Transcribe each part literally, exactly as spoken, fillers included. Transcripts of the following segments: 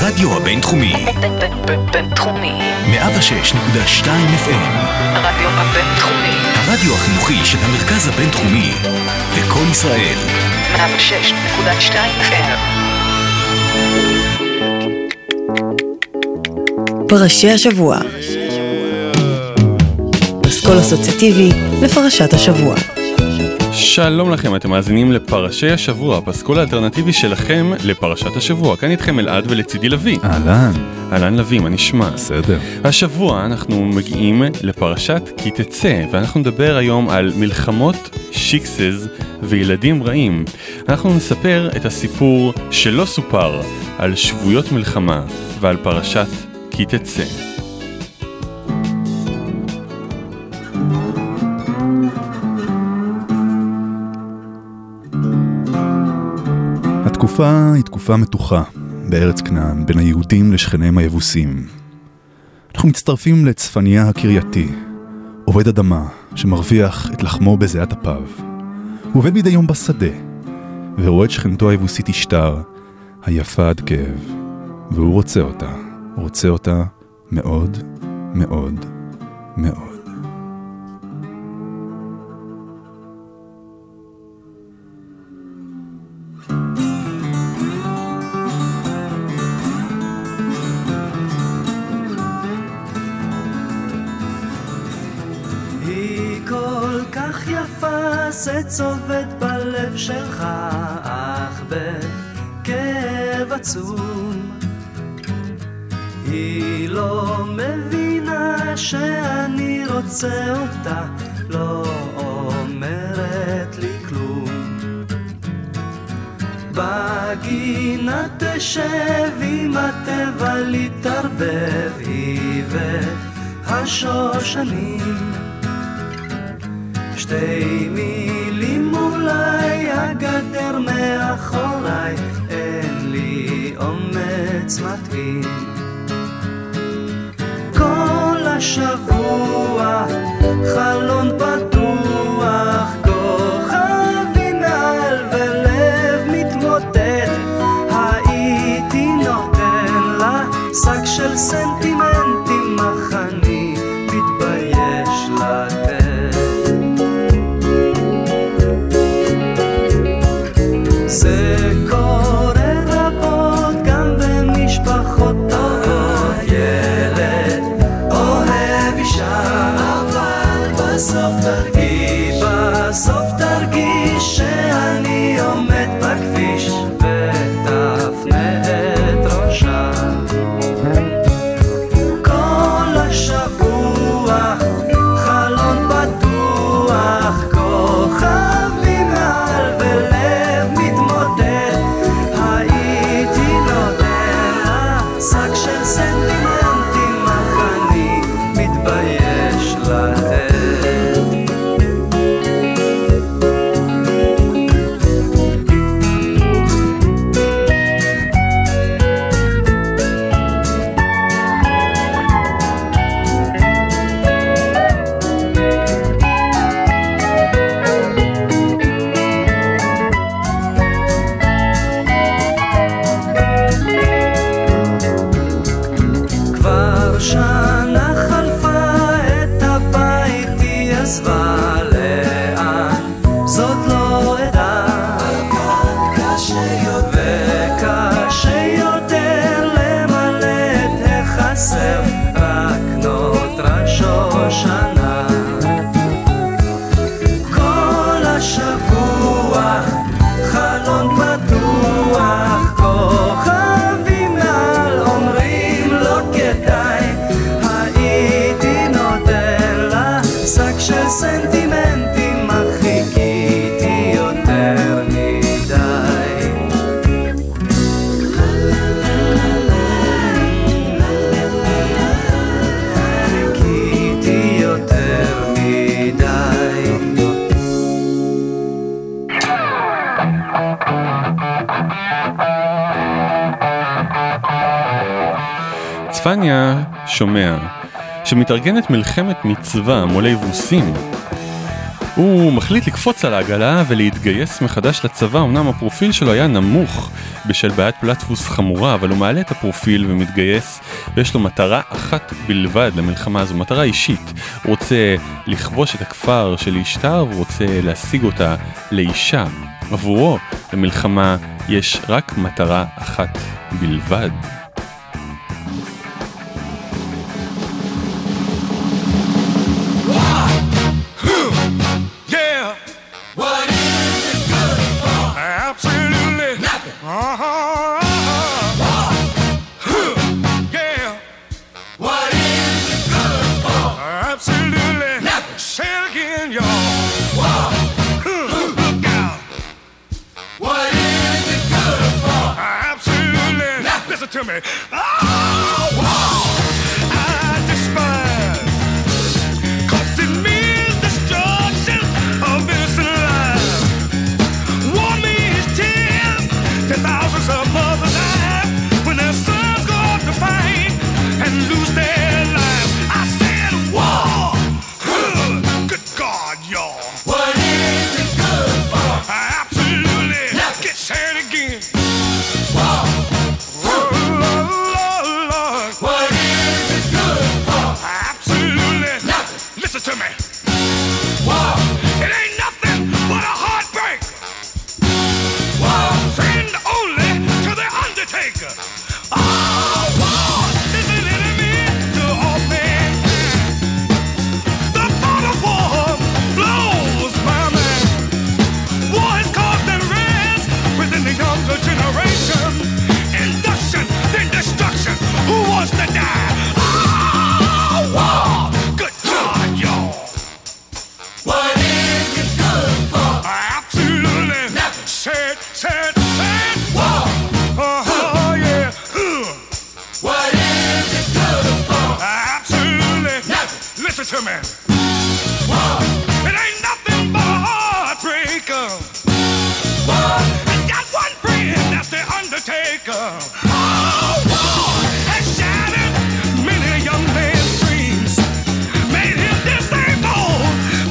הרדיו הבינתחומי. בינתחומי. מאה ושש נקודה שתיים אף אם. הרדיו הבינתחומי. הרדיו החינוכי של המרכז הבינתחומי. וכל ישראל. מאה ושש נקודה שתיים אף אם. פרשי השבוע. פסקול אסוציאטיבי לפרשת השבוע. שלום לכם, אתם מאזינים לפרשי השבוע, הפסקול האלטרנטיבי שלכם לפרשת השבוע. כאן איתכם אלעד ולצידי לוי. אהלן. אהלן לוי, מה נשמע? בסדר. השבוע אנחנו מגיעים לפרשת כי תצא, ואנחנו נדבר היום על מלחמות, שיקסז וילדים רעים. אנחנו נספר את הסיפור שלא סופר על שבויות מלחמה ועל פרשת כי תצא. התקופה היא תקופה מתוחה בארץ כנען, בין היהודים לשכניהם היבוסים. אנחנו מצטרפים לצפניה הקרייתי, עובד אדמה שמרוויח את לחמו בזיעת אפיו. הוא עובד מדי יום בשדה, ורואה את שכנתו היבוסית אשתר, היפה עד כאב, והוא רוצה אותה, הוא רוצה אותה מאוד, מאוד, מאוד. זה צובט בלב שלך, אך בכאב עצום. היא לא מבינה שאני רוצה אותה, לא אומרת לי כלום. בגינה תשב עם הטבע להתערבב, היא והשושנים. שתי מילים אולי, הגדר מאחוריי, אין לי אומץ מתאים. כל השבוע חלון פתוח, כוכבים מעל ולב מתמוטט. הייתי נותן לה שק של סנטימנטים, אך אני מתבייש לתת. זה קורה רבות גם במשפחות טובות, ילד אוהב אישה, אבל בסוף תרגיש, בסוף תרגיש שאני עומד בכביש ותפנה את ראשה. כל השבוע חלון פתוח, כוכבים מעל ולב מתמודד. הייתי נותן לה שק של סנטימנטים, אך אני מתבייש לתת. כבר שנה חלפה, את הבית היא עזבה, לאן זאת לא עדה. אבל קשה יותר, וקשה יותר למלא את החסר, רק נותרה שושנה. כל השבוע חלון פתוח, כוכבים מעל אומרים לא כדאי. הייתי נותן לה שק של סנטימנטים, אך חיכיתי יותר מדי. חיכיתי יותר מדי. צפניה שומע שמתארגנת מלחמת מצווה מול היבוסים. הוא מחליט לקפוץ על העגלה ולהתגייס מחדש לצבא. אמנם הפרופיל שלו היה נמוך בשל בעיית פלטפוס חמורה, אבל הוא מעלה את הפרופיל ומתגייס, ויש לו מטרה אחת בלבד למלחמה הזו, מטרה אישית. הוא רוצה לכבוש את הכפר של אשתר, והוא רוצה להשיג אותה לאישה. עבורו למלחמה יש רק מטרה אחת בלבד. To me. Oh, wow. I despise, 'cause it means destruction of innocent lives. War means tears to thousands of mothers die when their sons go off to fight and lose their lives. I said war. Good God, y'all. What is it good for? Absolutely. Get sad again. War. To me. Wow. It ain't nothing but a heartbreak. Wow. Friend only to the undertaker. Oh, wow. Is an enemy to all things. The thought of war blows my mind. War has caused unrest within the younger generation. Induction, then destruction. Who wants to die? Oh, wow. What is it good for? Absolutely. Never. Said, said, said. War. Oh, yeah. Uh. What is it good for? Absolutely. Never. Listen to me. War. It ain't nothing but a heartbreaker. War. It's got one friend, that's the undertaker. Oh, war has shattered many a young man's dreams. Made him disabled.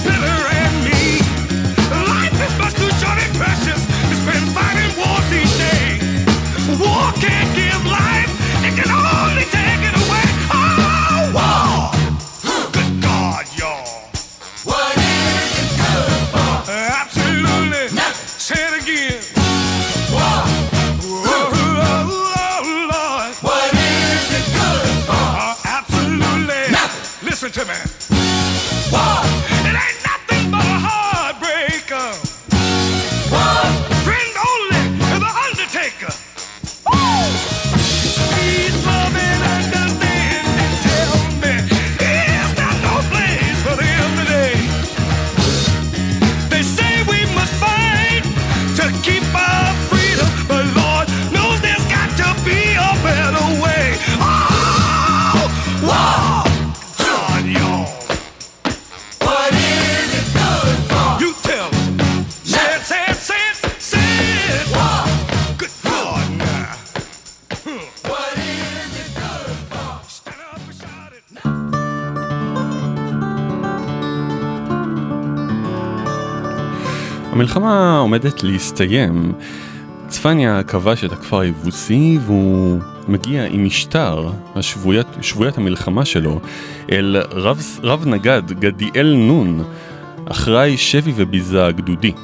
Precious, it's been fighting wars each day. War can't give life, it can only take it away. Oh, war! Good God, y'all. What is it good for? Absolutely. Never. Say it again. War. Oh, Lord. What is it good for? Uh, absolutely. Never. Listen to me. War. It ain't nothing but a heartbreaker. Friend only to the undertaker. Woo! Please love and understand and tell me, is there no place for them today? They say we must fight to keep our freedom, but Lord knows there's got to be a better way. Oh, wow! God, y'all. What is it good for? You tell me. Say it, say it, say it. המלחמה עומדת להסתיים. צפניה כבש את הכפר היבוסי והוא מגיע עם משטר, השבויית, שבויית המלחמה שלו, אל רב, רב נגד גדיאל נון, אחראי שבי וביזה גדודי.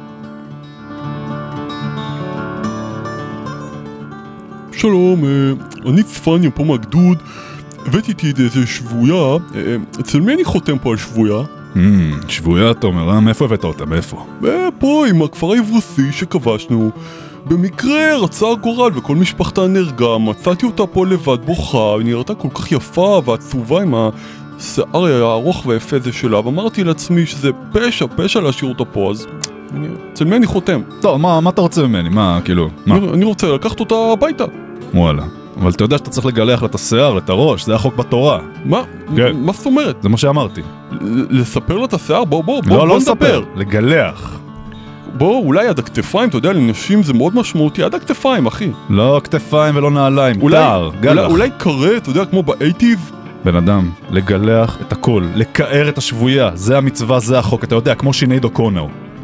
שלום, אני צפניה פה מהגדוד, הבאתי איתי איזה שבויה, אצל מי אני חותם פה על שבויה? שבויה, אתה אומר, מאיפה הבאת אותה? מאיפה? פה, עם הכפר היבוסי שכבשנו. במקרה רצה הגורל וכל משפחתה נרגע, מצאתי אותה פה לבד בוכה, היא נראתה כל כך יפה ועצובה עם השיער הארוך והיפה הזה שלה, ואמרתי לעצמי שזה פשע, פשע להשאיר אותה פה, אז אצל מי אני חותם? טוב, מה, מה אתה רוצה ממני? מה, כאילו, מה? אני, אני רוצה לקחת אותה הביתה. וואלה. אבל אתה יודע שאתה צריך לגלח לה את השיער, את הראש, זה החוק בתורה. מה? כן. מה זאת אומרת? זה מה שאמרתי. לספר לה את השיער? בוא, בוא, בוא, לא, בוא לא נדבר. לספר, לגלח. בוא, אולי עד הכתפיים, אתה יודע, לנשים זה מאוד משמעותי, עד הכתפיים, אחי. לא כתפיים ולא נעליים, אולי, תער, גלח. אולי, אולי קרה, אתה יודע, כמו באייטיב, בן אדם, לגלח את הכל, לקער את השבויה, זה המצווה, זה החוק, אתה יודע, כמו שינייד אוקונר.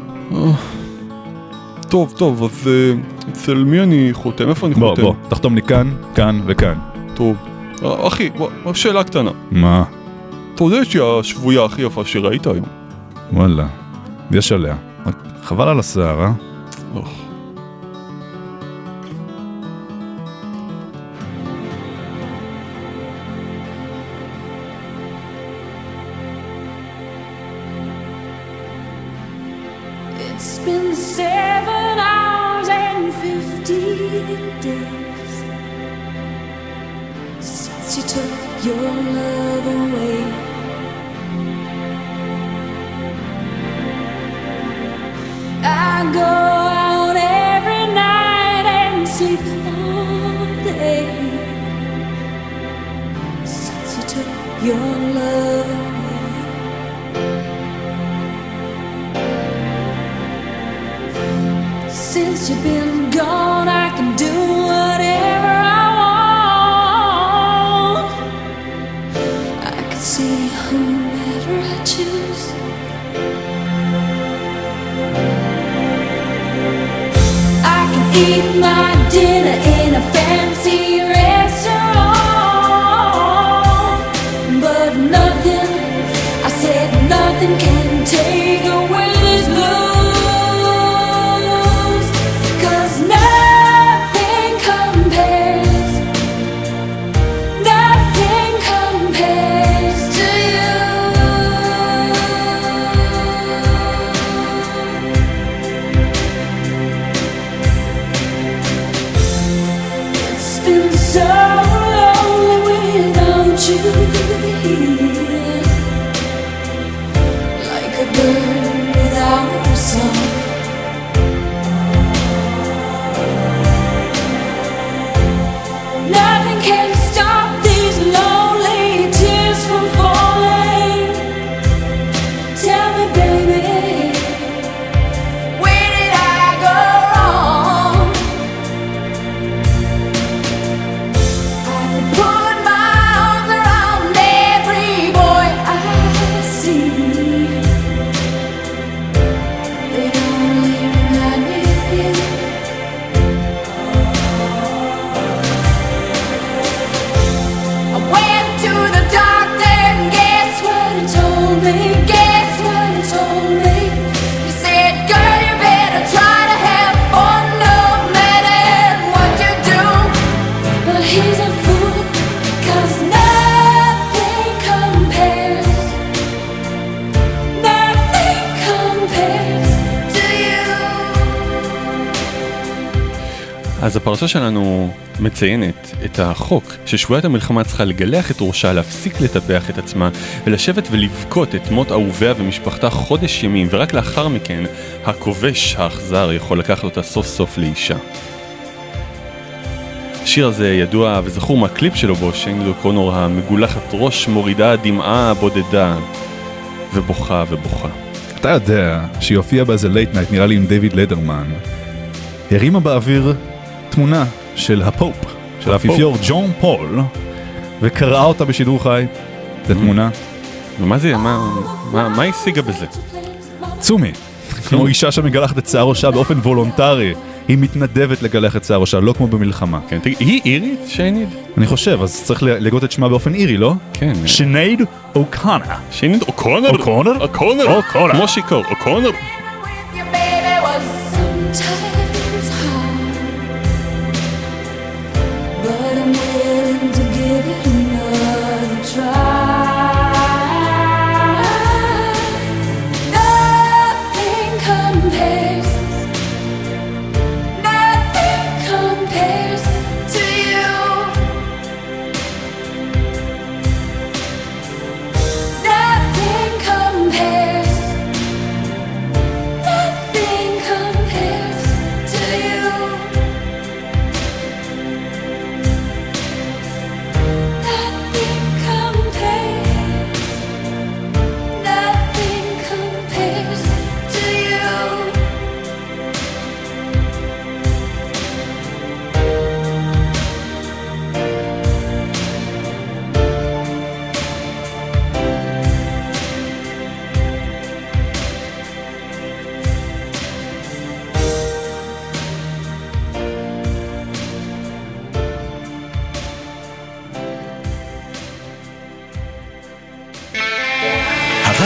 טוב, טוב, אז אה, אצל מי אני חותם? איפה אני בוא, חותם? בוא, תחתום לי כאן, כאן וכאן. טוב. אה, אחי, בוא, שאלה קטנה. מה? אתה יודע שהיא השבויה הכי יפה שראית היום? וואלה, יש עליה. חבל על השיער, אה? אוח. It's been seven hours and fifteen days since you took your love away. I go out every night and sleep all day since you took your love away. Since you've been gone, I can do whatever I want. I can see whomever I choose. I can eat my dinner in a fancy restaurant, but nothing, I said nothing can take away this blues. So lonely without you here, like a bird without a song. Nothing can stop these lonely tears from falling. Tell me, baby, where did I go wrong? Put my arms around every boy I see. They only remind me of you. I went to the doctor and guess what he told me? Guess what he told me? He said, girl, you better try to have fun no matter what you do. But he's a fool, 'cause nothing compares, nothing compares to you. אז הפרשה שלנו מציינת את החוק ששבוית המלחמה צריכה לגלח את ראשה, להפסיק לטפח את עצמה ולשבת ולבכות את מות אהוביה ומשפחתה חודש ימים, ורק לאחר מכן הכובש האכזר יכול לקחת אותה סוף סוף לאישה. השיר הזה ידוע וזכור מהקליפ שלו בו שינייד אוקונור המגולחת ראש מורידה דמעה בודדה ובוכה ובוכה. אתה יודע שהיא הופיעה באיזה לייט נייט, נראה לי עם דיוויד לדרמן, הרימה באוויר תמונה של הפופ, של האפיפיור ג'ון פול, וקראה אותה בשידור חי. זו תמונה. ומה זה, מה, מה, מה השיגה בזה? צומי, כמו אישה שמגלחת את שיער ראשה באופן וולונטרי, היא מתנדבת לגלח את שיער ראשה, לא כמו במלחמה. כן, תגיד, היא אירית, שינייד? אני חושב, אז צריך לגות את שמה באופן אירי, לא? כן. שינייד אוקונר. שינייד אוקונר? אוקונר? אוקונר? אוקונר. כמו שיקור, אוקונר. Your baby was sometimes hard, but I'm willing to give it another try. Nothing compares, nothing compares to you. Nothing compares,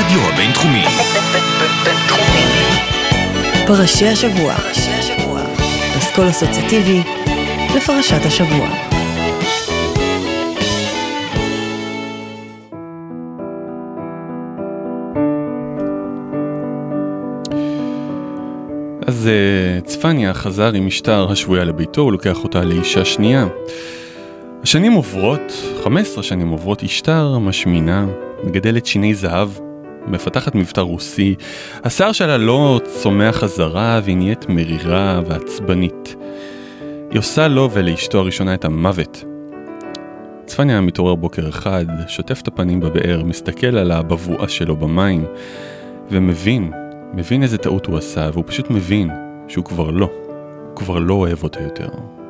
הרדיו הבינתחומי. בינתחומי. פרשי השבוע. אסכול אסוציאטיבי לפרשת השבוע. אז צפניה חזר עם משטר השבויה לביתו, הוא לוקח אותה לאישה שנייה. השנים עוברות, חמש עשרה שנים עוברות, אשתר משמינה, מגדלת שיני זהב, מפתחת מבטא רוסי, השיער שלה לא צומח חזרה והיא נהיית מרירה ועצבנית. היא עושה לו ולאשתו הראשונה את המוות. צפניה מתעורר בוקר אחד, שוטף את הפנים בבאר, מסתכל על הבבואה שלו במים, ומבין, מבין איזה טעות הוא עשה, והוא פשוט מבין שהוא כבר לא, הוא כבר לא אוהב אותה יותר.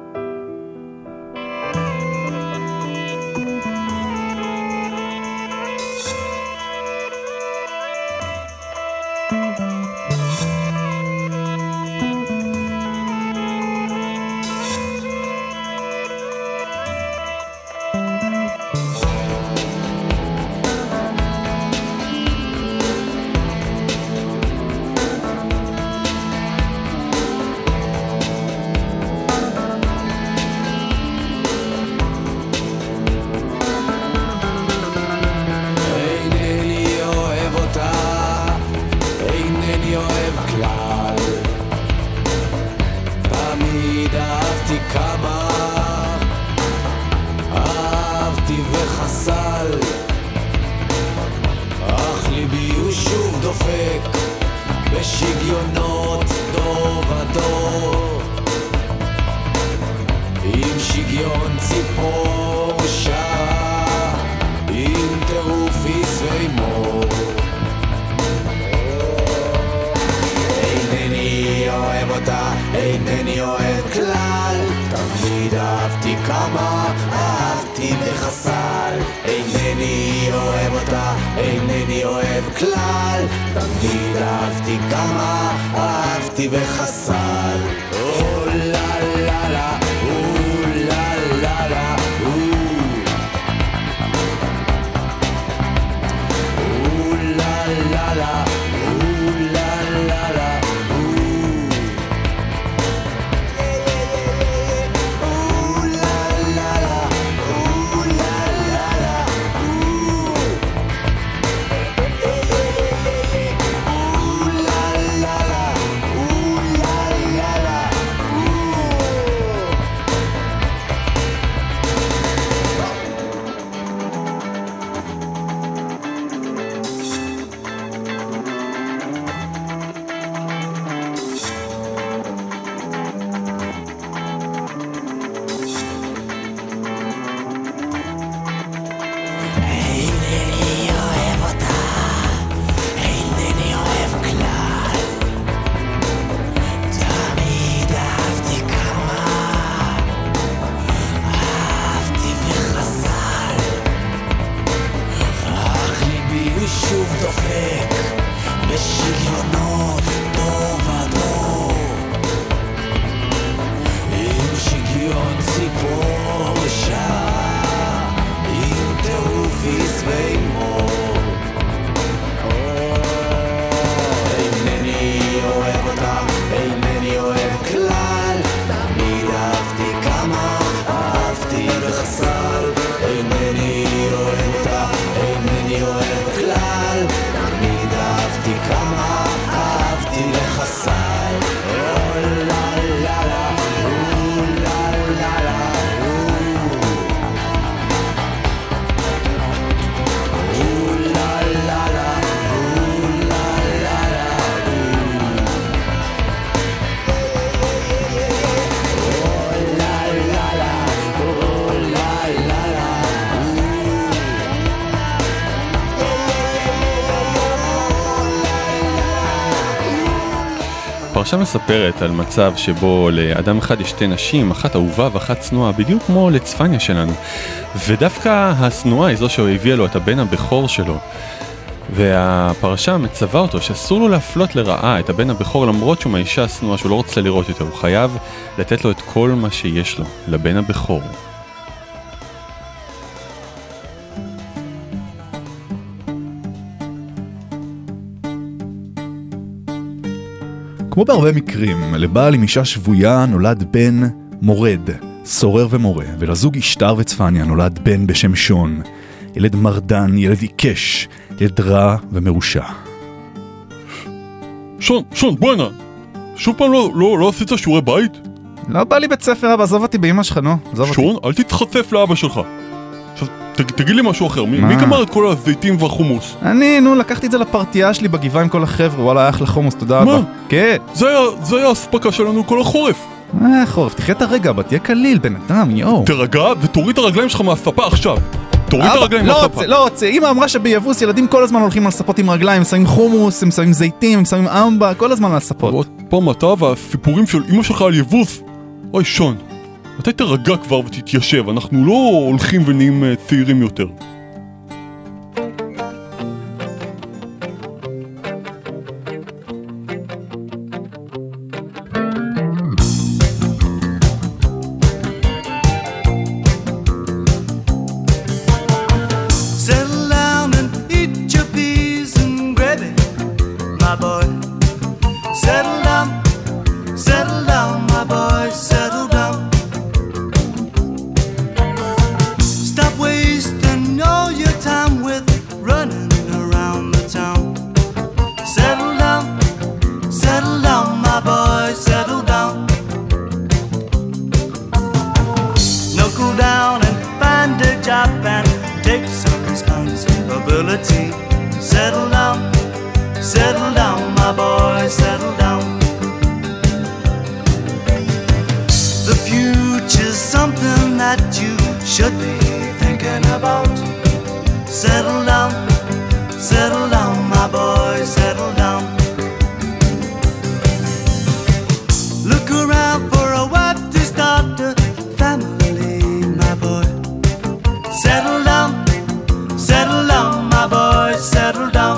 הפרשה מספרת על מצב שבו לאדם אחד יש שתי נשים, אחת אהובה ואחת צנועה, בדיוק כמו לצפניה שלנו. ודווקא השנועה היא זו שהביאה לו את הבן הבכור שלו. והפרשה מצווה אותו שאסור לו להפלות לרעה את הבן הבכור, למרות שהוא מהאישה השנועה שהוא לא רוצה לראות יותר. הוא חייב לתת לו את כל מה שיש לו, לבן הבכור. כמו בהרבה מקרים, לבעל עם אישה שבויה נולד בן מורד, סורר ומורה, ולזוג אשתר וצפניה נולד בן בשם שון. ילד מרדן, ילד עיקש, ילד רע ומרושע. שון, שון, בוא הנה. שוב פעם לא, לא, לא עשית שיעורי בית? לא בא לי בית ספר, אבא, עזוב אותי באמא שלך, נו. שון, אל תתחשף לאבא שלך. עכשיו, ת, תגיד לי משהו אחר, מי, מה? מי גמר את כל הזיתים והחומוס? אני, נו, לקחתי את זה לפרטייה שלי בגבעה עם כל החבר'ה, וואלה, אחלה חומוס, תודה מה? אבא. כן. זה היה, זה היה הספקה שלנו כל החורף. אה, חורף, תחיה את הרגע, אבא, תהיה קליל, בן אדם, יואו. תרגע ותוריד את הרגליים שלך מהספה עכשיו. תוריד את אבא, הרגליים לא מהספה. רוצה, לא רוצה, אמא אמרה שביבוס ילדים כל הזמן הולכים על ספות עם רגליים, הם שמים חומוס, הם שמים זיתים, הם שמים אמבה, כל הזמן על ספות. עוד פעם אתה והסיפורים של אמא שלך על יבוס. אוי שון, מתי תרגע כבר ותתיישב, אנחנו לא הולכים ונהיים uh, צעירים יותר. Settle down and eat your peas and gravy, my boy. Settle down, settle down, my boy, settle down. Stop wasting all your time with running around the town. Settle down, settle down, my boy, settle down. Knuckle down and find a job and take some responsibility. Settle down, settle down, my boy, settle down. The future's something that you should be thinking about. Settle down, settle down, my boy, settle down. Look around for a wife to start a family, my boy. Settle down, settle down, my boy, settle down.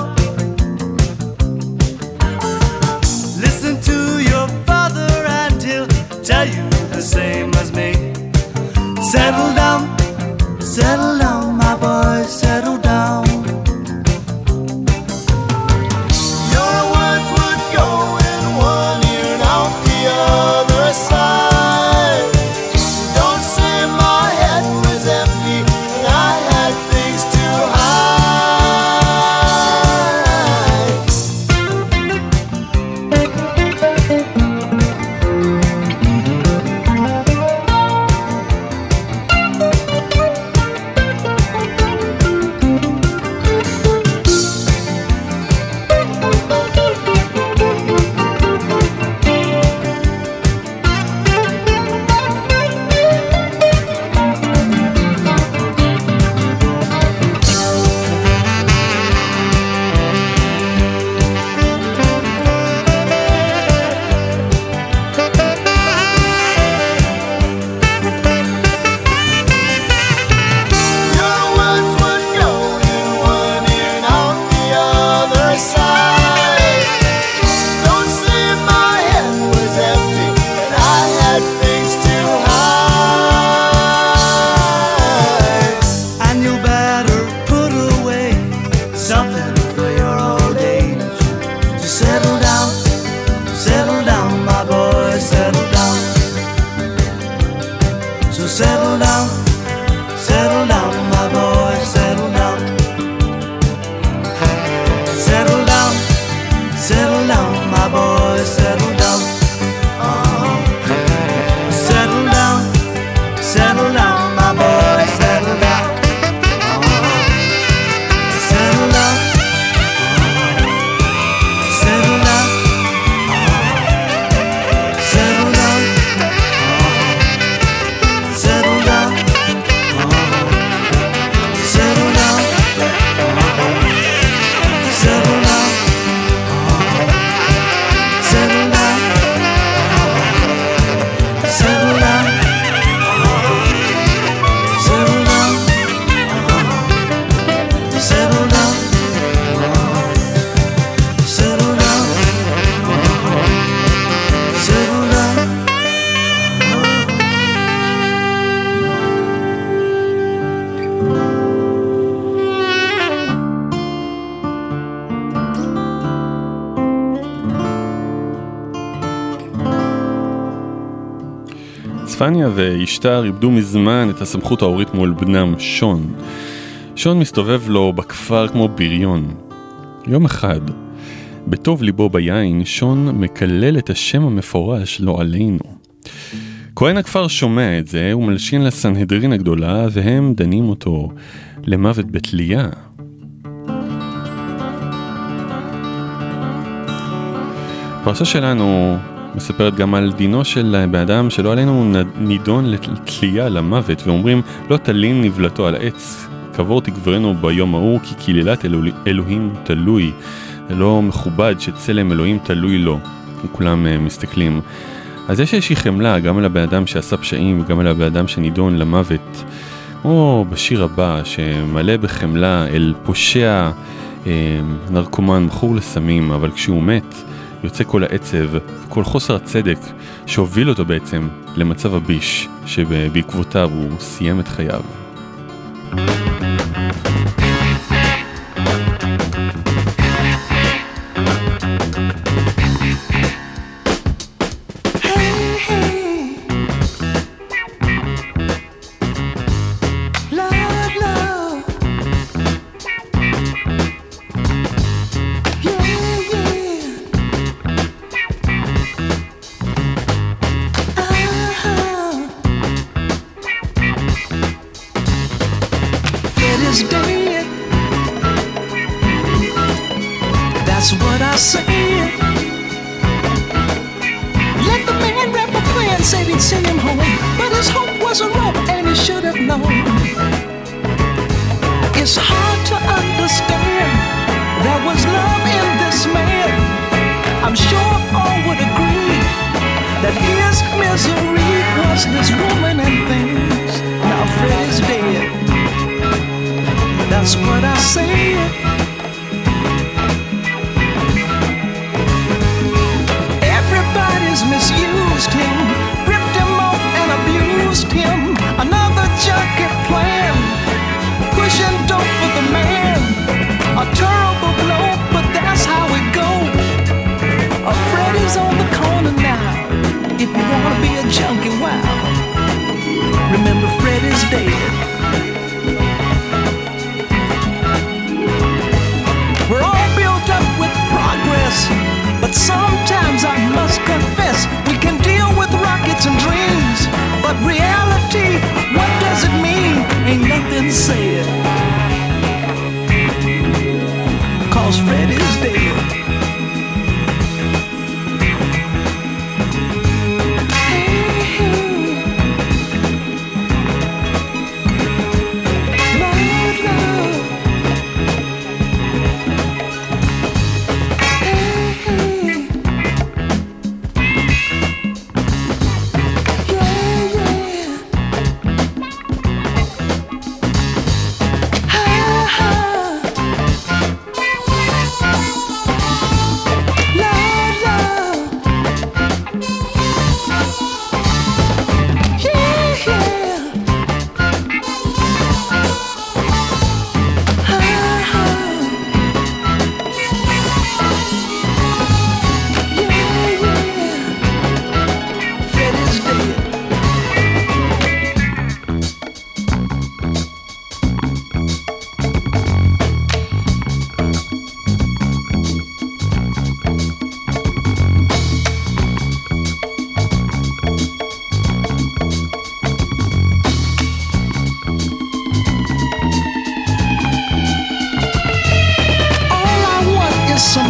Listen to your father and he'll tell you the same as me. Settle down, settle down, my boy, settle down. Your words would go in one ear and out the other side. Don't say my head was empty and I had things to hide. Your words would go in one ear and out the other side. Don't say my head was empty and I had things to hide. And you better put away something for your old age. So settle down, settle down, my boy, settle down. So settle down, settle down, my boy, settle down. Settle down, settle down, my boy, settle down. Uh-huh. Settle down, settle down, my boy, settle down. Uh-huh. Settle down, uh-huh. Settle down, uh-huh. Settle down, uh-huh. Settle down. צפניה ואשתר איבדו מזמן את הסמכות ההורית מול בנם שון. שון מסתובב לו בכפר כמו בריון. יום אחד, בטוב ליבו ביין, שון מקלל את השם המפורש לא עלינו. כהן הכפר שומע את זה, הוא מלשין לסנהדרין הגדולה, והם דנים אותו למוות בתלייה. הפרשה שלנו מספרת גם על דינו של באדם שלא עלינו נידון לתלייה למוות, ואומרים לא תלין נבלתו על העץ, קבור תגברנו ביום ההוא, כי קללת אלוה, אלוהים תלוי, לא מכובד שצלם אלוהים תלוי לו, וכולם מסתכלים. אז יש איזושהי חמלה גם על הבאדם שעשה פשעים וגם על הבאדם שנידון למוות, או בשיר הבא שמלא בחמלה אל פושע אה, נרקומן מכור לסמים, אבל כשהוא מת יוצא כל העצב וכל חוסר הצדק שהוביל אותו בעצם למצב הביש שבעקבותיו הוא סיים את חייו.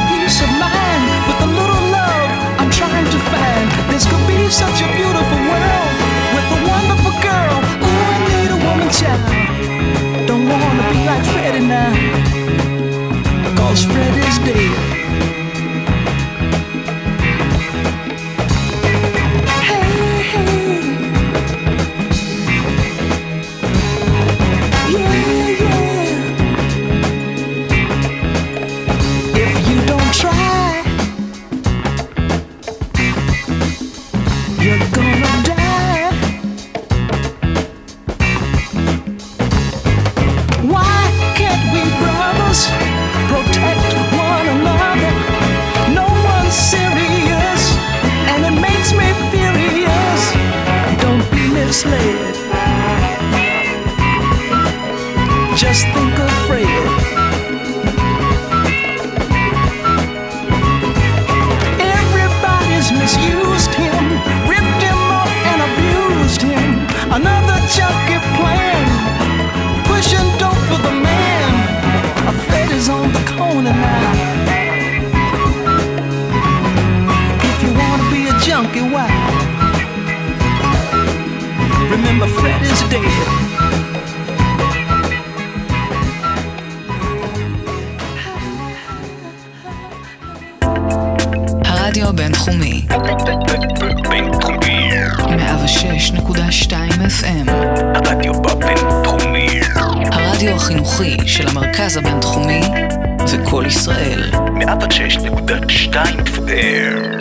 Such a beautiful world. dead. הרדיו הבינתחומי בינתחומי. מאה ושש נקודה שתיים אף אם. הרדיו בבינתחומי. הרדיו החינוכי של המרכז הבינתחומי וכל ישראל. מאה ושש נקודה שתיים אף אם.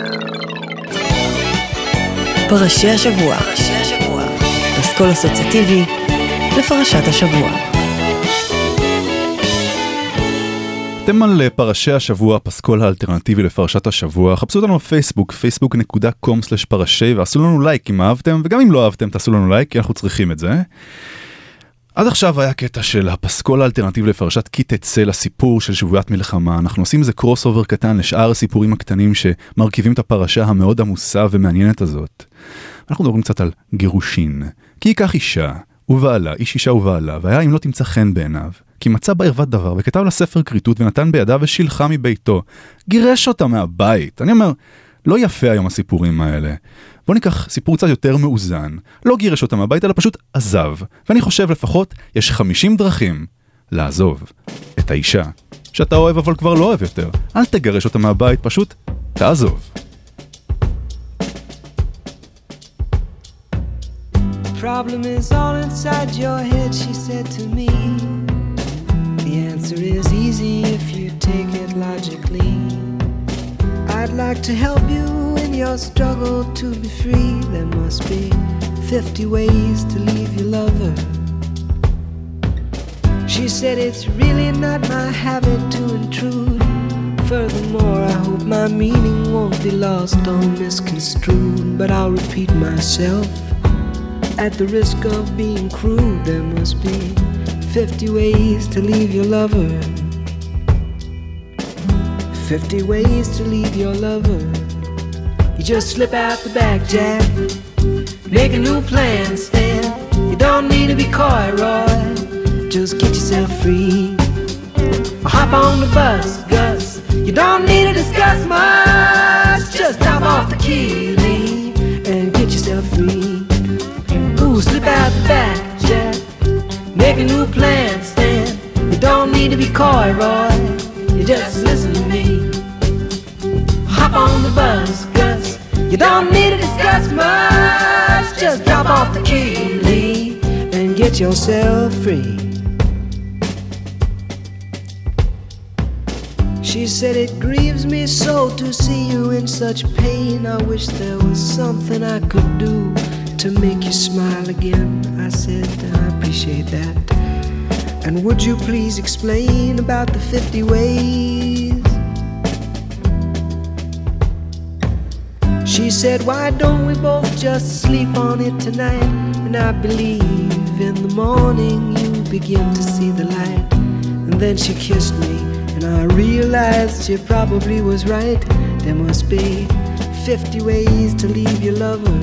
פרשי השבוע. אסכול אסוציאטיבי לפרשת השבוע. אתם על פרשי השבוע, פסקול האלטרנטיבי לפרשת השבוע. חפשו אותנו בפייסבוק, פייסבוק נקודה קום סלש פרשי, ועשו לנו לייק אם אהבתם, וגם אם לא אהבתם תעשו לנו לייק, כי אנחנו צריכים את זה. עד עכשיו היה קטע של הפסקול האלטרנטיבי לפרשת כי תצא לסיפור של שבועת מלחמה. אנחנו עושים איזה קרוס אובר קטן לשאר הסיפורים הקטנים שמרכיבים את הפרשה המאוד עמוסה ומעניינת הזאת. אנחנו מדברים קצת על גירושין. כי ייקח אישה ובעלה, איש אישה ובעלה, והיה אם לא תמצא חן בעיניו, כי מצא בה ערוות דבר, וכתב לה ספר כריתות ונתן בידיו ושילחה מביתו. גירש אותה מהבית. אני אומר, לא יפה היום הסיפורים האלה. בוא ניקח סיפור קצת יותר מאוזן. לא גירש אותה מהבית, אלא פשוט עזב. ואני חושב לפחות, יש חמישים דרכים לעזוב את האישה שאתה אוהב אבל כבר לא אוהב יותר. אל תגרש אותה מהבית, פשוט תעזוב. Problem is all inside your head, she said to me. The answer is easy if you take it logically. I'd like to help you in your struggle to be free. There must be fifty ways to leave your lover. She said it's really not my habit to intrude. Furthermore, I hope my meaning won't be lost or misconstrued. But I'll repeat myself. At the risk of being crude, there must be fifty ways to leave your lover. Fifty ways to leave your lover. You just slip out the back, Jack. Make a new plan, Stan. You don't need to be coy, Roy. Just get yourself free. Or hop on the bus, Gus. You don't need to discuss much. Just drop off the key, Lee, and get yourself free. Slip out the back, Jack. Make a new plan, Stan. You don't need to be coy, Roy. You just listen to me. Hop on the bus, Gus. You don't need to discuss much. Just drop off the key, Lee, and get yourself free. She said it grieves me so to see you in such pain. I wish there was something I could do to make you smile again. I said, I appreciate that. And would you please explain about the fifty ways? She said, why don't we both just sleep on it tonight? And I believe in the morning you begin to see the light. And then she kissed me, and I realized she probably was right. There must be fifty ways to leave your lover.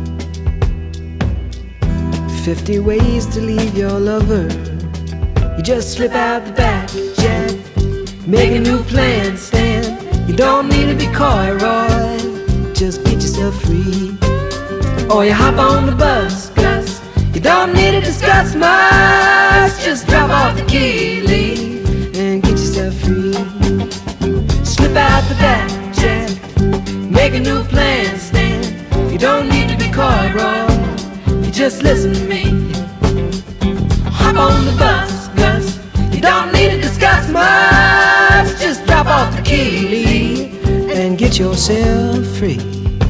Fifty ways to leave your lover. You just slip out the back, Jack. Make a new plan, Stan. You don't need to be coy, Roy. Just get yourself free. Or you hop on the bus, Gus. You don't need to discuss much. Just drop off the key, Lee, and get yourself free. Slip out the back, Jack. Make a new plan, Stan. You don't need to be coy, Roy. Just listen to me. Hop on the bus, Gus. You don't need to discuss much. Just drop off the key, Lee, and get yourself free.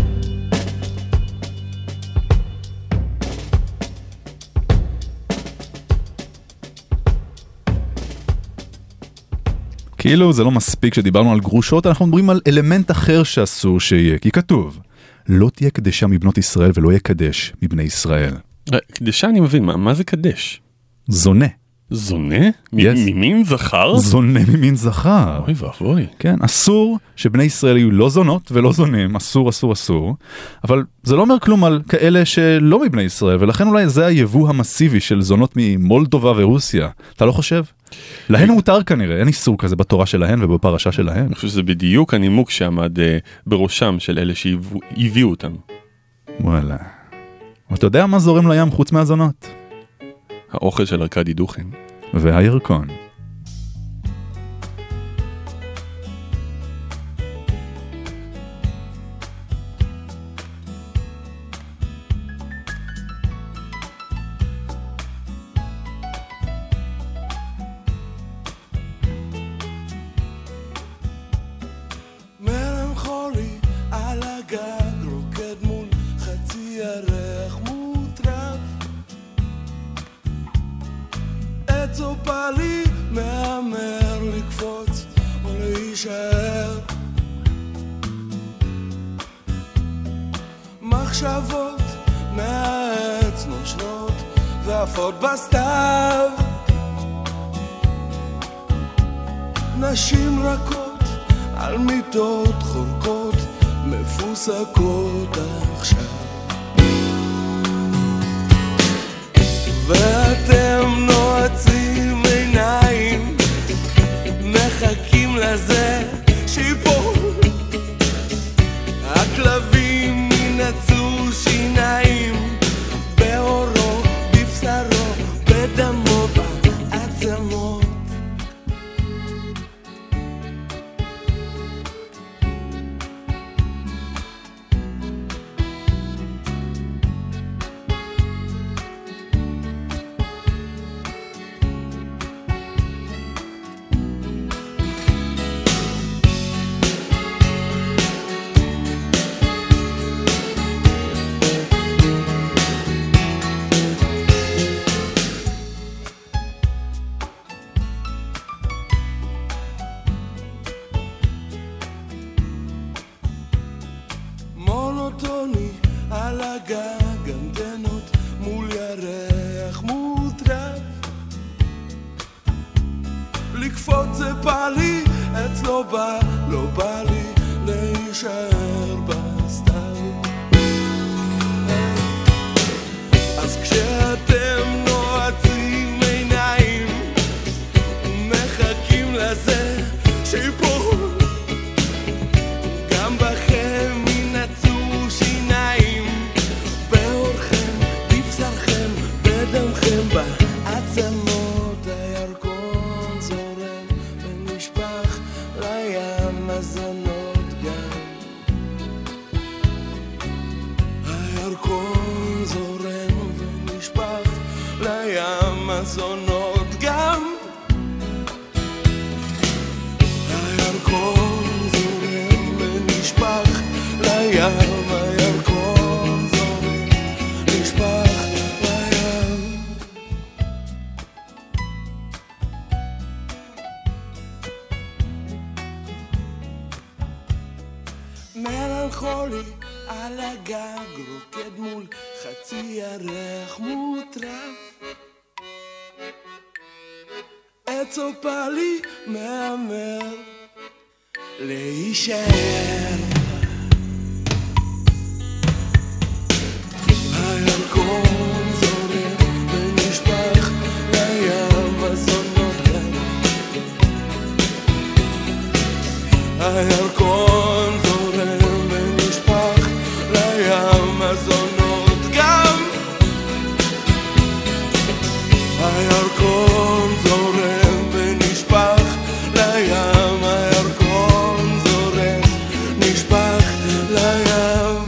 כאילו זה לא מספיק שדיברנו על גרושות, אנחנו מדברים על אלמנט אחר שאסור שיהיה, כי כתוב לא תהיה קדשה מבנות ישראל ולא יהיה קדש מבני ישראל. קדשה אני מבין, מה, מה זה קדש? זונה. זונה? Yes. ממין זכר? זונה ממין זכר. אוי ואבוי. כן, אסור שבני ישראל יהיו לא זונות ולא זונים, אסור, אסור, אסור. אבל זה לא אומר כלום על כאלה שלא מבני ישראל, ולכן אולי זה היבוא המסיבי של זונות ממולדובה ורוסיה. אתה לא חושב? להן מותר כנראה, אין איסור כזה בתורה שלהן ובפרשה שלהן. אני חושב שזה בדיוק הנימוק שעמד uh, בראשם של אלה שהביאו אותם. וואלה. אתה יודע מה זורם לים חוץ מהזונות? האוכל של ארקדי דוכין. והירקון. מלנכולי על הגג רוקד מול חצי ירח מוטרף, עץ אופלי מהמר לקפוץ או להישאר, מחשבות מהעץ נושנות ועפות בסתיו, נשים רכות על מיטות חורקות מפוסקות עכשיו, ואתם נועצים עיניים מחכים לזה שיפול, הכלבים ינצו שיניים באורו, בבשרו, בדמו, בעצמות. מונוטוני על הגג, אנטנות מול ירח מוטרף, לקפוץ זה בא לי, אצלו בא, לא בא לי להישאר בסתיו. אז כשאתם נועצים עיניים מחכים לזה שיפול, גם בכם ינצו שיניים באורכם, בבשרכם, בדמכם, בעצמות. הירקון זורם ונשפך לים הזונות גם, הירקון זורם ונשפך לים הזונות גם, הירקון זורם ונשפך לים, הירקון זורם נשפך לים. מלנכולי על הגג רוקד מול חצי ירח מוטרף, עץ אופלי מהמר להישאר, הירקון זורם ונשפך לים הזונות גם, הירקון זורם ונשפך לים הזונות גם, הירקון זורם ונשפך לים, הירקון זורם נשפך לים.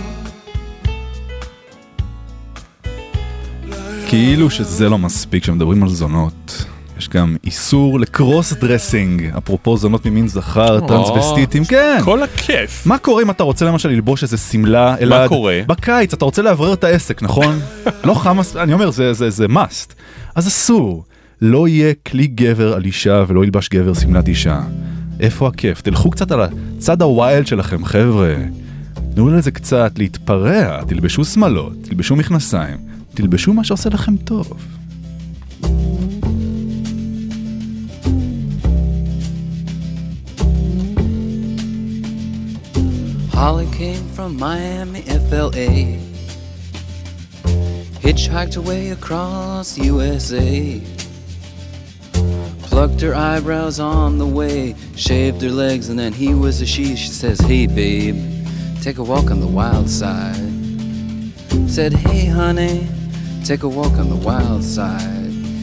כאילו שזה לא מספיק כשמדברים על זונות, יש גם איסור לקרוס דרסינג, אפרופו זונות ממין זכר, טרנסווסטיטים, כן. כל הכיף. מה קורה אם אתה רוצה למשל ללבוש איזה סמלה אלעד? מה קורה? בקיץ, אתה רוצה לאוורר את העסק, נכון? לא חמאס, אני אומר, זה, זה, זה must. אז אסור. לא יהיה כלי גבר על אישה ולא ילבש גבר סמלת אישה. איפה הכיף? תלכו קצת על הצד הווילד שלכם, חבר'ה. תנו לזה קצת להתפרע, תלבשו שמלות, תלבשו מכנסיים, תלבשו מה שעושה לכם טוב. Holly came from Miami, F L A, hitchhiked away across U S A, plucked her eyebrows on the way, shaved her legs, and then he was a she. She says, hey babe, take a walk on the wild side. Said, hey honey, take a walk on the wild side.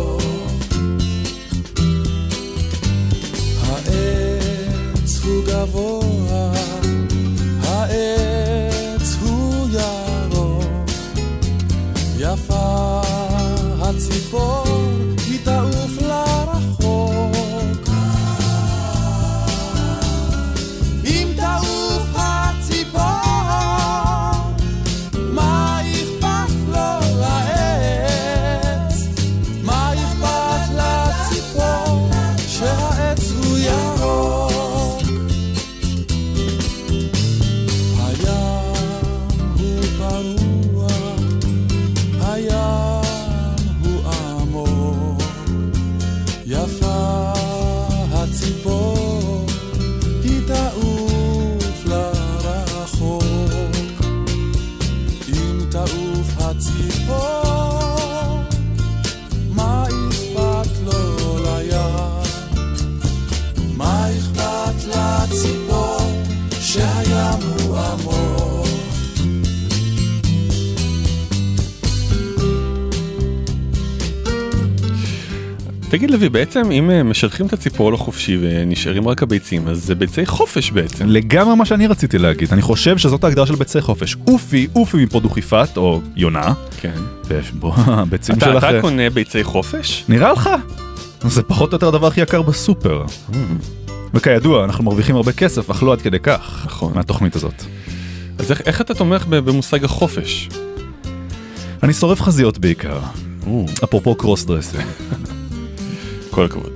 תגיד לוי, בעצם אם משלחים את הציפור לחופשי ונשארים רק הביצים, אז זה ביצי חופש בעצם. לגמרי מה שאני רציתי להגיד. אני חושב שזאת ההגדרה של ביצי חופש. אופי, אופי מפה דוכיפת, או יונה. כן. בוא, הביצים שלך... אתה קונה ביצי חופש? נראה לך? זה פחות או יותר הדבר הכי יקר בסופר. וכידוע, אנחנו מרוויחים הרבה כסף, אך לא עד כדי כך. נכון. מהתוכנית הזאת. אז איך, איך אתה תומך במושג החופש? אני שורף חזיות בעיקר. אפרופו קרוס דרסינג. כל הכבוד.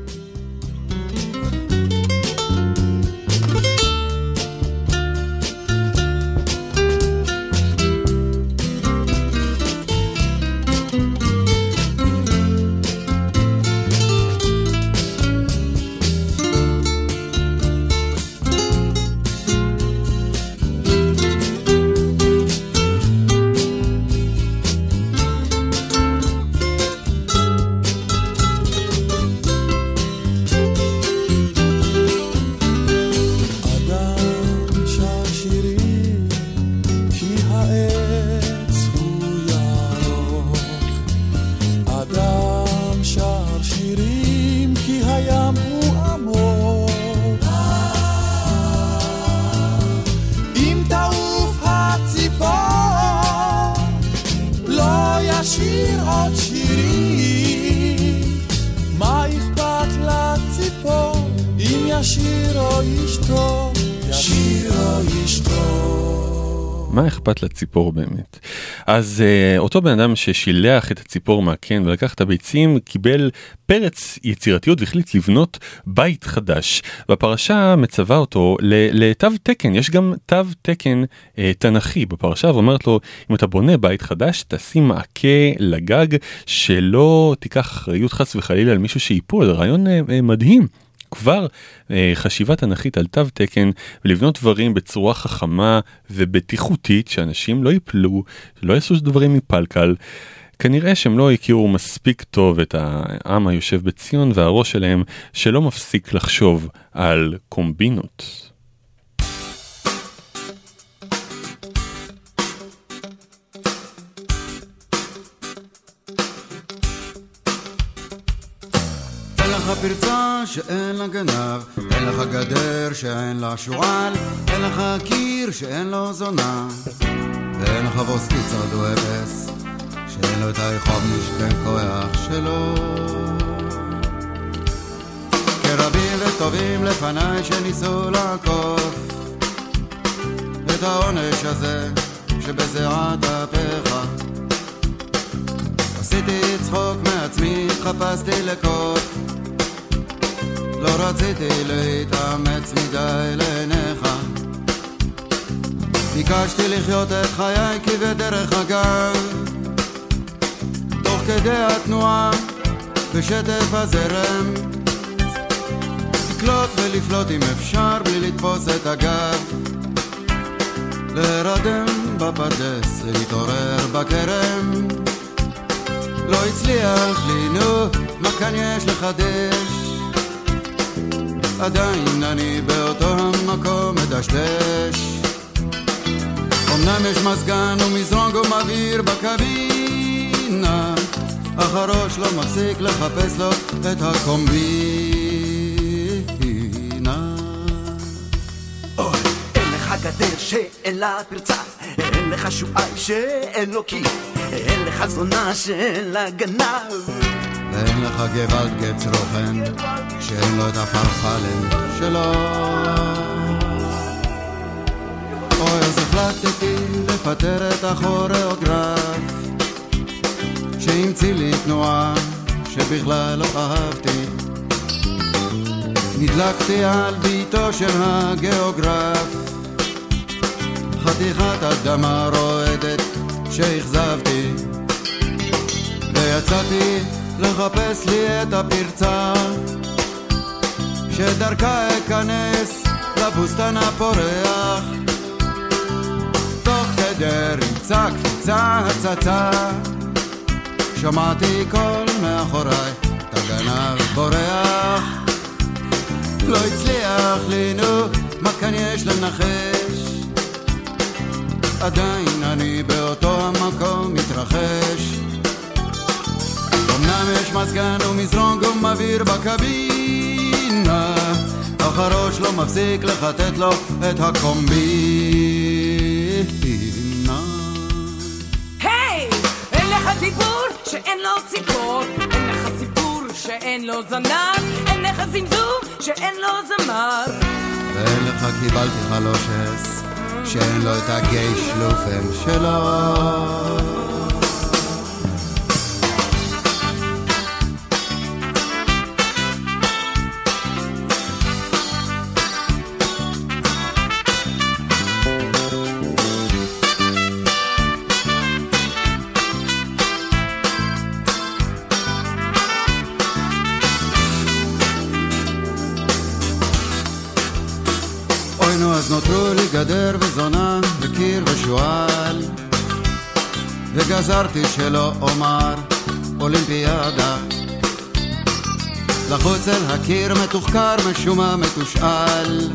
מה אכפת לציפור באמת? אז uh, אותו בן אדם ששילח את הציפור מהקן ולקח את הביצים, קיבל פרץ יצירתיות והחליט לבנות בית חדש. והפרשה מצווה אותו לתו תקן, יש גם תו תקן uh, תנכי בפרשה, ואומרת לו, אם אתה בונה בית חדש, תשים מעקה לגג, שלא תיקח אחריות חס וחלילה על מישהו שיפול. רעיון uh, uh, מדהים. כבר אה, חשיבה תנכית על תו תקן ולבנות דברים בצורה חכמה ובטיחותית שאנשים לא ייפלו, לא יעשו דברים מפלקל. כנראה שהם לא הכירו מספיק טוב את העם היושב בציון והראש שלהם שלא מפסיק לחשוב על קומבינות. פרצה שאין לה גנב, אין לך גדר שאין לה שועל, אין לך קיר שאין לו זונה, ואין לך בוס קיצר דו אפס שאין לו את היחוב נשתן כוח שלו. כרבים וטובים לפניי שניסו לעקוף את העונש הזה שבזיעת אפיך, עשיתי צחוק מעצמי, חפשתי לקוף, לא רציתי להתאמץ מדי לעיניך, ביקשתי לחיות את חיי כבדרך אגב, תוך כדי התנועה בשטף הזרם, לקלוט ולפלוט אם אפשר בלי לתפוס את הגב, להירדם בפרדס ולהתעורר בכרם, לא הצליח לי, נו, מה כאן יש לחדש? עדיין אני באותו המקום מדשדש, אמנם יש מזגן ומזרונג ומבעיר בקבינה, אך הראש לא מפסיק לחפש לו את הקומבינה. אוי, אין לך גדר שאין לה פרצה, אין לך שועי שאין לו קיר, אין לך זונה שאין לה גנב, ואין לך גוואלד גץ רוחן שאין לו את הפרפלם שלו. אוי, אז החלטתי לפטר את הכוריאוגרף שהמציא לי תנועה שבכלל לא אהבתי, נדלקתי על ביתו של הגיאוגרף, חתיכת אדמה רועדת שהחזבתי, ויצאתי לחפש לי את הפרצה שדרכה אכנס לבוסתן הפורח, תוך כדי ריצה קפיצה הצצה, שמעתי קול מאחוריי את הגנב בורח, לא הצליח לי, נו, מה כאן יש לנחש? עדיין אני באותו המקום מתרחש, אמנם גם יש מזגן ומזרון גום אוויר בקבינה, אך הראש לא מפסיק לחטט לו את הקומבינה. היי! אין לך דיבור שאין לו ציפור, אין לך סיפור שאין לו זנר, אין לך זמזום שאין לו זמר. ואין לך קיבלתי חלושס שאין לו את הגי שלופן שלו. אז נותרו לי גדר וזונה וקיר ושואל, וגזרתי שלא אומר אולימפיאדה. לחוץ אל הקיר מתוחקר משומע מתושאל,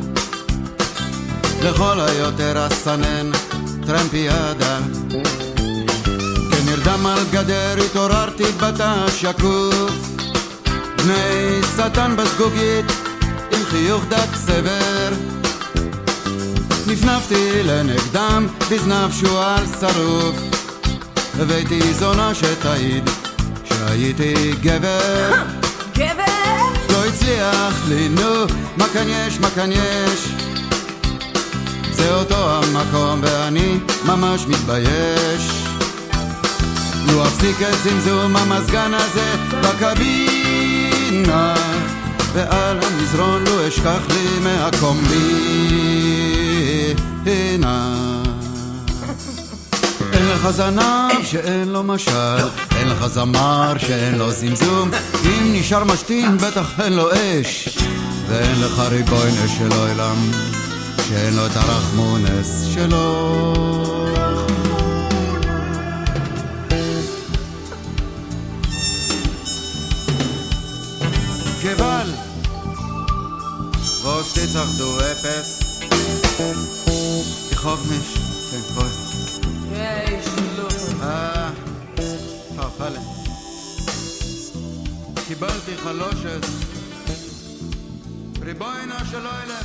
לכל היותר הסנן טרמפיאדה. כנרדם על גדר התעוררתי בתא שקוף, בני שטן בסגוגית עם חיוך דק סבר. נפנפתי לנגדם בזנב שועל שרוף, הבאתי זונה שתעיד שהייתי גבר. גבר? לא הצליח לי, נו, מה כאן יש, מה כאן יש? זה אותו המקום ואני ממש מתבייש. לא אפסיק את זמזום המזגן הזה בקבינה, ועל המזרון לא אשכח לי מהקומבינה. אין לך זנב שאין לו משל, אין לך זמר שאין לו זמזום, אם נשאר משתין בטח אין לו אש, ואין לך ריבוינה של עולם שאין לו את הרחמונס שלו. קבל ראש תצחדו אפס תחוב מיש כן כוי היי שלום אה פרפלה קיבלתי חלושת ריבוינה שלא אלם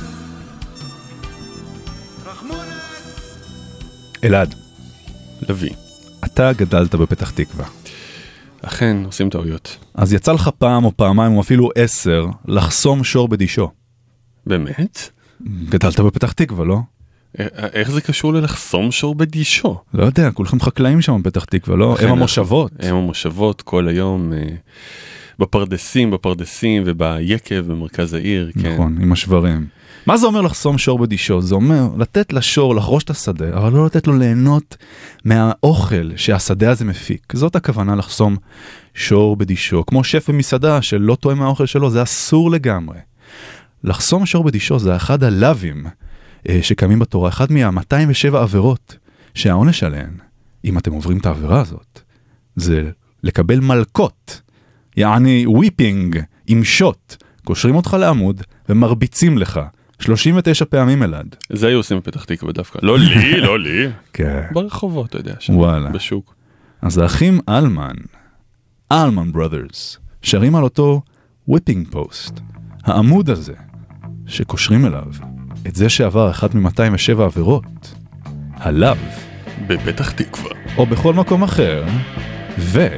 רחמונס. אלעד, לוי, אתה גדלת בפתח תקווה. אכן, עושים טעויות. אז יצא לך פעם או פעמיים או אפילו עשר לחסום שור בדישו. באמת? גדלת בפתח תקווה, לא? איך זה קשור ללחסום שור בדישו? לא יודע, כולכם חקלאים שם בפתח תקווה, לא? הם המושבות. הם המושבות כל היום בפרדסים, בפרדסים וביקב במרכז העיר. נכון, עם השברים. מה זה אומר לחסום שור בדישו? זה אומר לתת לשור לחרוש את השדה, אבל לא לתת לו ליהנות מהאוכל שהשדה הזה מפיק. זאת הכוונה לחסום שור בדישו. כמו שף במסעדה שלא טועם מהאוכל שלו, זה אסור לגמרי. לחסום שור בדישו זה אחד הלאווים אה, שקיימים בתורה, אחד מה-מאתיים ושבע עבירות שהעונש עליהן, אם אתם עוברים את העבירה הזאת, זה לקבל מלקות, יעני וויפינג עם שוט, קושרים אותך לעמוד ומרביצים לך. שלושים ותשע פעמים אלעד. זה היו עושים בפתח תקווה דווקא. לא לי, לא לי. כן. ברחובות, אתה יודע. וואלה. בשוק. אז האחים אלמן, אלמן בראדרס, שרים על אותו וויפינג פוסט. העמוד הזה, שקושרים אליו, את זה שעבר אחד מ-מאתיים ושבע עבירות, עליו. בפתח תקווה. או בכל מקום אחר. ו...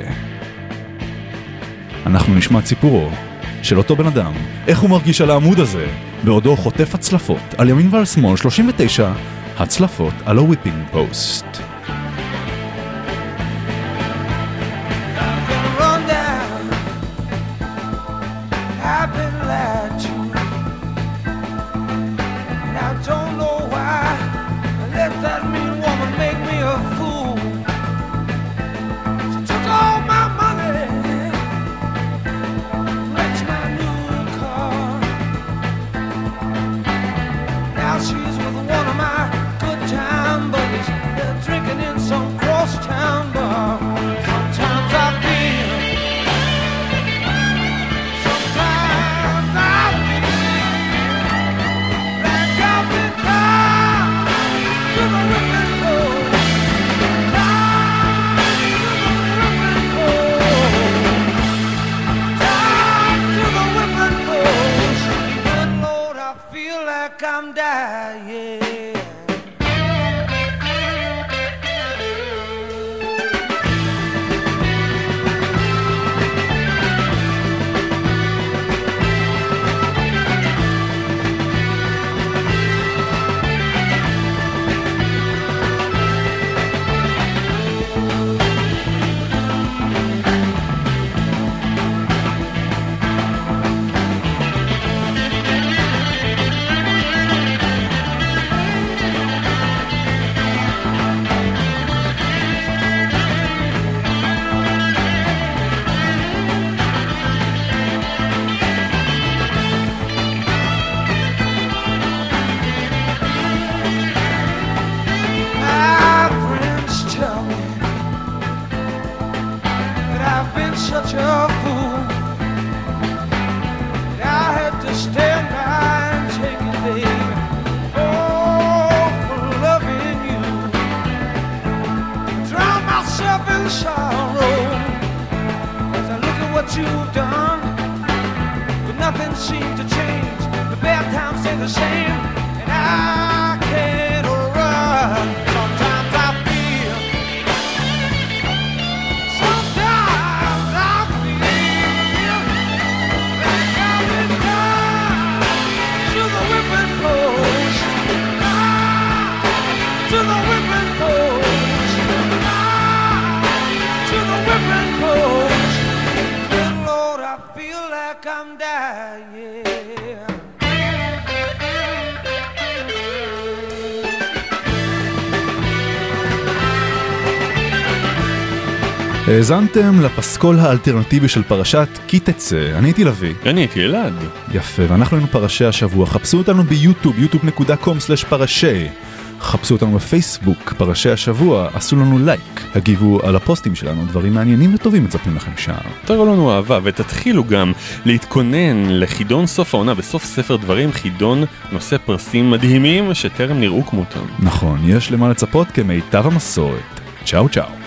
אנחנו נשמע ציפורו של אותו בן אדם, איך הוא מרגיש על העמוד הזה, בעודו חוטף הצלפות, על ימין ועל שמאל, שלושים ותשע הצלפות על הוויפינג פוסט. die, yeah. Such a fool that I had to stand by and take it, baby. Oh, for loving you, drown myself in sorrow as I look at what you've done. But nothing seems to change. The bad times stay the same, and I can't run. Sometimes I feel. Sometimes I feel like I've been tied to the whipping post, to the whipping post, to the whipping post. Good Lord, I feel like I'm dying. האזנתם לפסקול האלטרנטיבי של פרשת כי תצא. אני הייתי לוי. אני הייתי אלעד. יפה, ואנחנו היינו פרשי השבוע. חפשו אותנו ביוטיוב, יוטיוב נקודה קום סלש פרשי. חפשו אותנו בפייסבוק, פרשי השבוע, עשו לנו לייק, הגיבו על הפוסטים שלנו, דברים מעניינים וטובים מצפים לכם שם. תראו לנו אהבה ותתחילו גם להתכונן לחידון סוף העונה בסוף ספר דברים, חידון נושא פרסים מדהימים שטרם נראו כמותם. נכון, יש למה לצפות כמיטב המסורת. צ'או צ'או.